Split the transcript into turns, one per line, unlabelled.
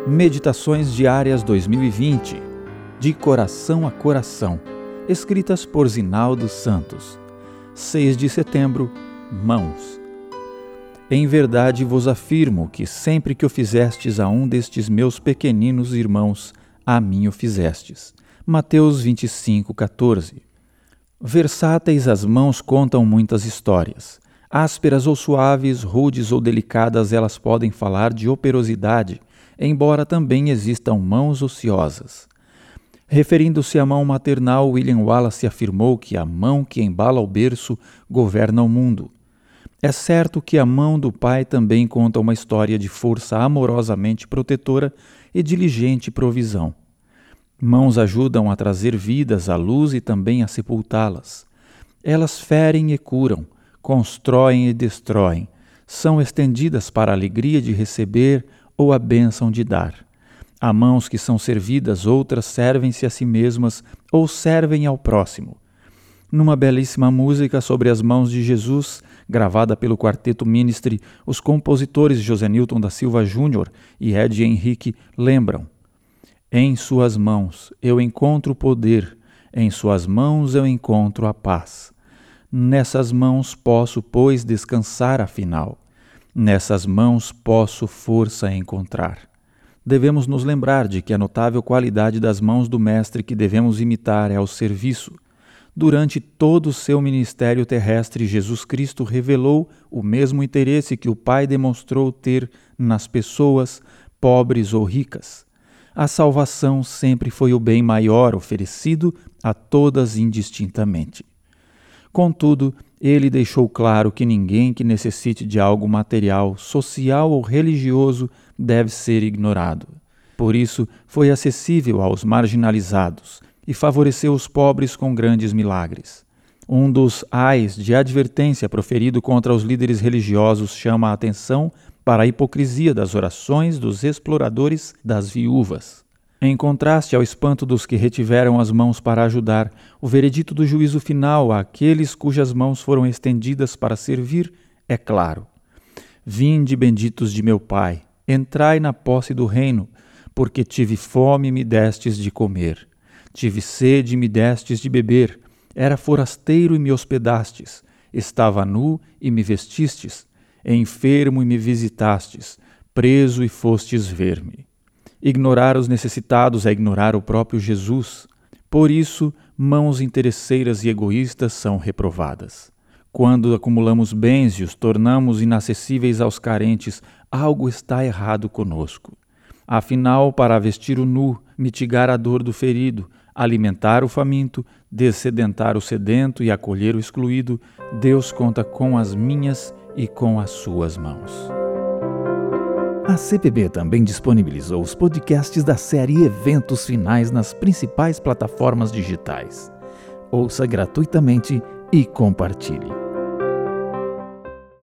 Meditações Diárias 2020, de coração a coração, escritas por Zinaldo Santos. 6 de setembro, mãos. Em verdade vos afirmo que sempre que o fizestes a um destes meus pequeninos irmãos, a mim o fizestes. Mateus 25:14. Versáteis as mãos contam muitas histórias. Ásperas ou suaves, rudes ou delicadas, elas podem falar de operosidade, embora também existam mãos ociosas. Referindo-se à mão maternal, William Wallace afirmou que a mão que embala o berço governa o mundo. É certo que a mão do pai também conta uma história de força amorosamente protetora e diligente provisão. Mãos ajudam a trazer vidas à luz e também a sepultá-las. Elas ferem e curam, constroem e destroem, são estendidas para a alegria de receber ou a bênção de dar. Há mãos que são servidas, outras servem-se a si mesmas ou servem ao próximo. Numa belíssima música sobre as mãos de Jesus, gravada pelo Quarteto Ministry, os compositores José Nilton da Silva Júnior e Ed Henrique lembram: em suas mãos eu encontro o poder, em suas mãos eu encontro a paz. Nessas mãos posso, pois, descansar afinal. Nessas mãos posso força encontrar. Devemos nos lembrar de que a notável qualidade das mãos do Mestre que devemos imitar é o serviço. Durante todo o seu ministério terrestre, Jesus Cristo revelou o mesmo interesse que o Pai demonstrou ter nas pessoas, pobres ou ricas. A salvação sempre foi o bem maior oferecido a todas indistintamente. Contudo, ele deixou claro que ninguém que necessite de algo material, social ou religioso deve ser ignorado. Por isso, foi acessível aos marginalizados e favoreceu os pobres com grandes milagres. Um dos ais de advertência proferido contra os líderes religiosos chama a atenção para a hipocrisia das orações dos exploradores das viúvas. Em contraste ao espanto dos que retiveram as mãos para ajudar, o veredito do juízo final àqueles cujas mãos foram estendidas para servir é claro. Vinde, benditos de meu Pai, entrai na posse do reino, porque tive fome e me destes de comer, tive sede e me destes de beber, era forasteiro e me hospedastes, estava nu e me vestistes, enfermo e me visitastes, preso e fostes ver-me. Ignorar os necessitados é ignorar o próprio Jesus. Por isso, mãos interesseiras e egoístas são reprovadas. Quando acumulamos bens e os tornamos inacessíveis aos carentes, algo está errado conosco. Afinal, para vestir o nu, mitigar a dor do ferido, alimentar o faminto, dessedentar o sedento e acolher o excluído, Deus conta com as minhas e com as suas mãos. A CPB também disponibilizou os podcasts da série Eventos Finais nas principais plataformas digitais. Ouça gratuitamente e compartilhe.